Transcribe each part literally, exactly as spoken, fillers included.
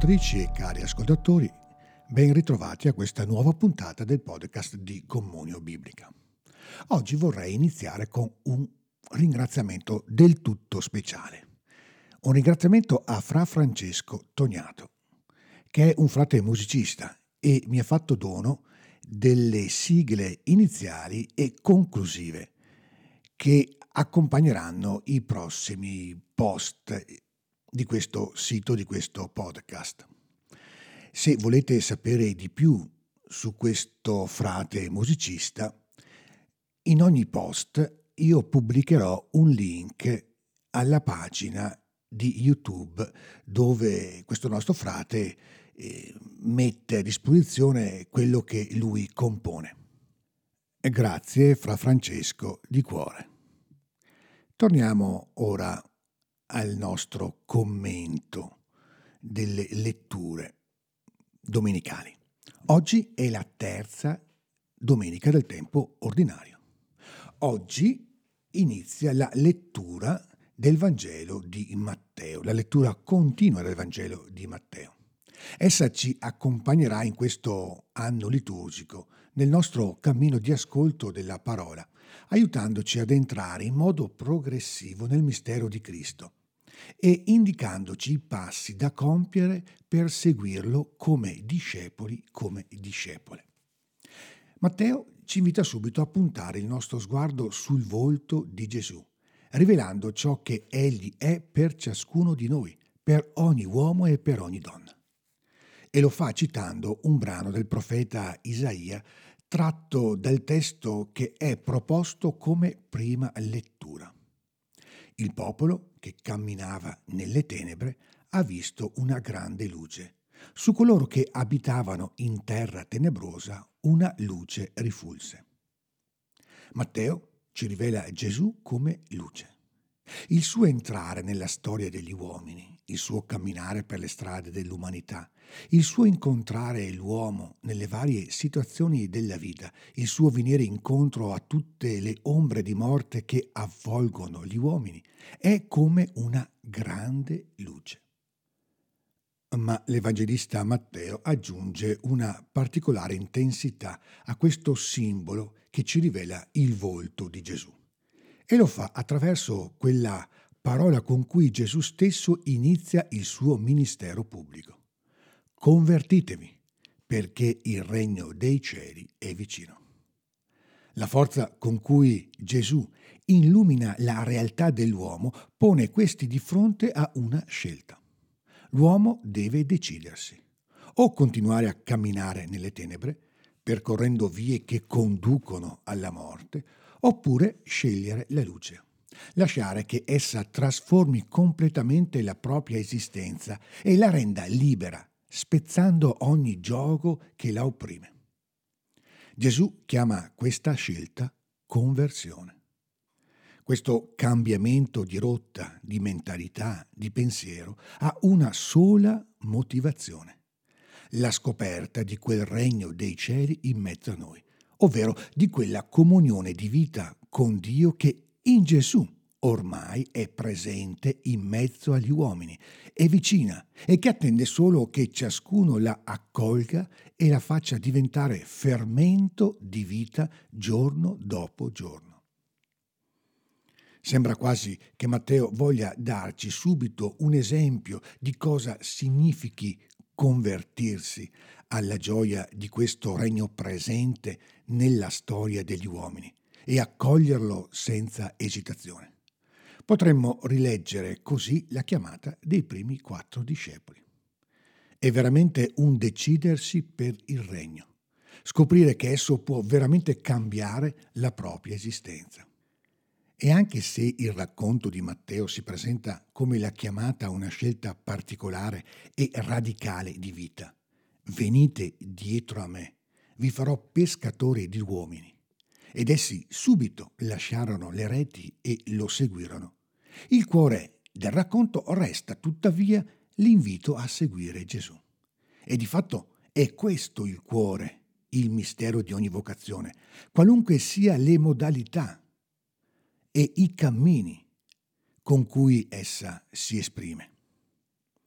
ascoltatrici e cari ascoltatori, ben ritrovati a questa nuova puntata del podcast di Comunio Biblica. Oggi vorrei iniziare con un ringraziamento del tutto speciale. Un ringraziamento a Fra Francesco Tognato, che è un frate musicista e mi ha fatto dono delle sigle iniziali e conclusive che accompagneranno i prossimi post di questo sito, di questo podcast. Se volete sapere di più su questo frate musicista, in ogni post io pubblicherò un link alla pagina di YouTube dove questo nostro frate eh, mette a disposizione quello che lui compone. E grazie, Fra Francesco, di cuore. Torniamo ora al nostro commento delle letture domenicali. Oggi è la terza domenica del tempo ordinario. Oggi inizia la lettura del Vangelo di Matteo, la lettura continua del Vangelo di Matteo. Essa ci accompagnerà in questo anno liturgico nel nostro cammino di ascolto della parola, aiutandoci ad entrare in modo progressivo nel mistero di Cristo e indicandoci i passi da compiere per seguirlo come discepoli, come discepole. Matteo ci invita subito a puntare il nostro sguardo sul volto di Gesù, rivelando ciò che Egli è per ciascuno di noi, per ogni uomo e per ogni donna. E lo fa citando un brano del profeta Isaia tratto dal testo che è proposto come prima lettura. Il popolo che camminava nelle tenebre ha visto una grande luce. Su coloro che abitavano in terra tenebrosa una luce rifulse. Matteo ci rivela Gesù come luce. Il suo entrare nella storia degli uomini, il suo camminare per le strade dell'umanità, il suo incontrare l'uomo nelle varie situazioni della vita, il suo venire incontro a tutte le ombre di morte che avvolgono gli uomini, è come una grande luce. Ma l'Evangelista Matteo aggiunge una particolare intensità a questo simbolo che ci rivela il volto di Gesù. E lo fa attraverso quella parola con cui Gesù stesso inizia il suo ministero pubblico. Convertitevi, perché il regno dei cieli è vicino. La forza con cui Gesù illumina la realtà dell'uomo pone questi di fronte a una scelta. L'uomo deve decidersi: o continuare a camminare nelle tenebre, percorrendo vie che conducono alla morte, oppure scegliere la luce, lasciare che essa trasformi completamente la propria esistenza e la renda libera, spezzando ogni gioco che la opprime. Gesù chiama questa scelta conversione. Questo cambiamento di rotta, di mentalità, di pensiero ha una sola motivazione: la scoperta di quel regno dei cieli in mezzo a noi, ovvero di quella comunione di vita con Dio che in Gesù ormai è presente in mezzo agli uomini, è vicina e che attende solo che ciascuno la accolga e la faccia diventare fermento di vita giorno dopo giorno. Sembra quasi che Matteo voglia darci subito un esempio di cosa significhi convertirsi alla gioia di questo regno presente nella storia degli uomini e accoglierlo senza esitazione. Potremmo rileggere così la chiamata dei primi quattro discepoli. È veramente un decidersi per il regno, scoprire che esso può veramente cambiare la propria esistenza. E anche se il racconto di Matteo si presenta come la chiamata a una scelta particolare e radicale di vita, venite dietro a me, vi farò pescatori di uomini. Ed essi subito lasciarono le reti e lo seguirono. Il cuore del racconto resta tuttavia l'invito a seguire Gesù. E di fatto è questo il cuore, il mistero di ogni vocazione, qualunque sia le modalità e i cammini con cui essa si esprime.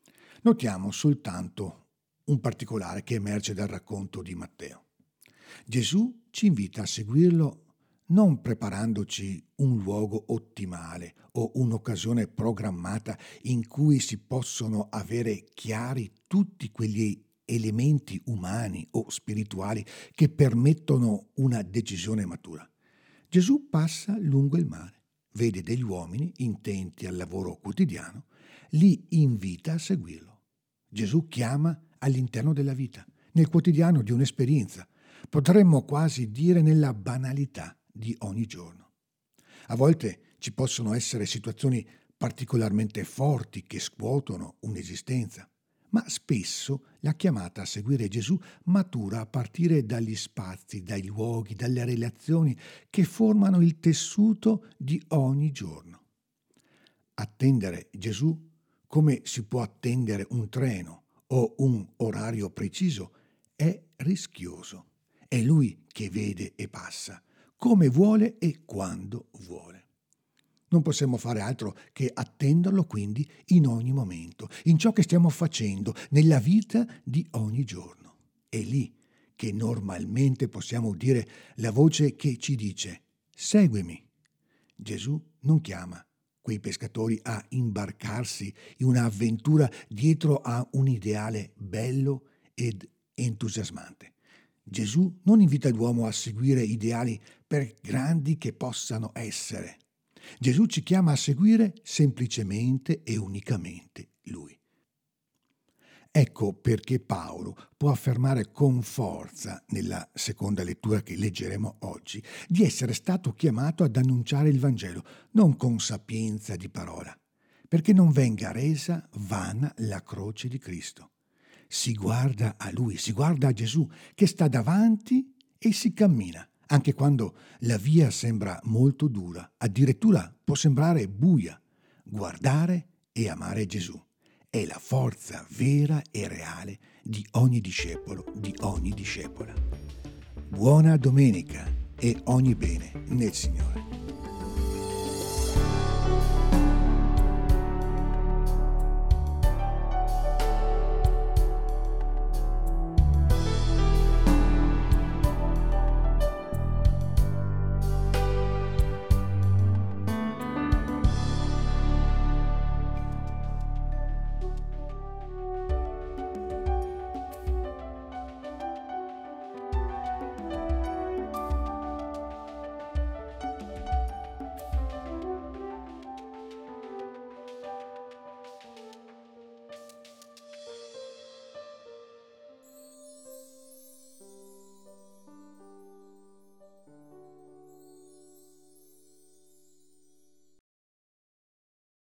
Notiamo soltanto un particolare che emerge dal racconto di Matteo. Gesù ci invita a seguirlo non preparandoci un luogo ottimale o un'occasione programmata in cui si possono avere chiari tutti quegli elementi umani o spirituali che permettono una decisione matura. Gesù passa lungo il mare, vede degli uomini intenti al lavoro quotidiano, li invita a seguirlo. Gesù chiama all'interno della vita, nel quotidiano di un'esperienza, potremmo quasi dire nella banalità di ogni giorno. A volte ci possono essere situazioni particolarmente forti che scuotono un'esistenza, ma spesso la chiamata a seguire Gesù matura a partire dagli spazi, dai luoghi, dalle relazioni che formano il tessuto di ogni giorno. Attendere Gesù come si può attendere un treno o un orario preciso è rischioso. È Lui che vede e passa, come vuole e quando vuole. Non possiamo fare altro che attenderlo quindi in ogni momento, in ciò che stiamo facendo, nella vita di ogni giorno. È lì che normalmente possiamo udire la voce che ci dice: seguimi. Gesù non chiama quei pescatori a imbarcarsi in un'avventura dietro a un ideale bello ed entusiasmante. Gesù non invita l'uomo a seguire ideali per grandi che possano essere. Gesù ci chiama a seguire semplicemente e unicamente Lui. Ecco perché Paolo può affermare con forza, nella seconda lettura che leggeremo oggi, di essere stato chiamato ad annunciare il Vangelo, non con sapienza di parola, perché non venga resa vana la croce di Cristo. Si guarda a Lui, si guarda a Gesù che sta davanti e si cammina, anche quando la via sembra molto dura, addirittura può sembrare buia. Guardare e amare Gesù è la forza vera e reale di ogni discepolo, di ogni discepola. Buona domenica e ogni bene nel Signore.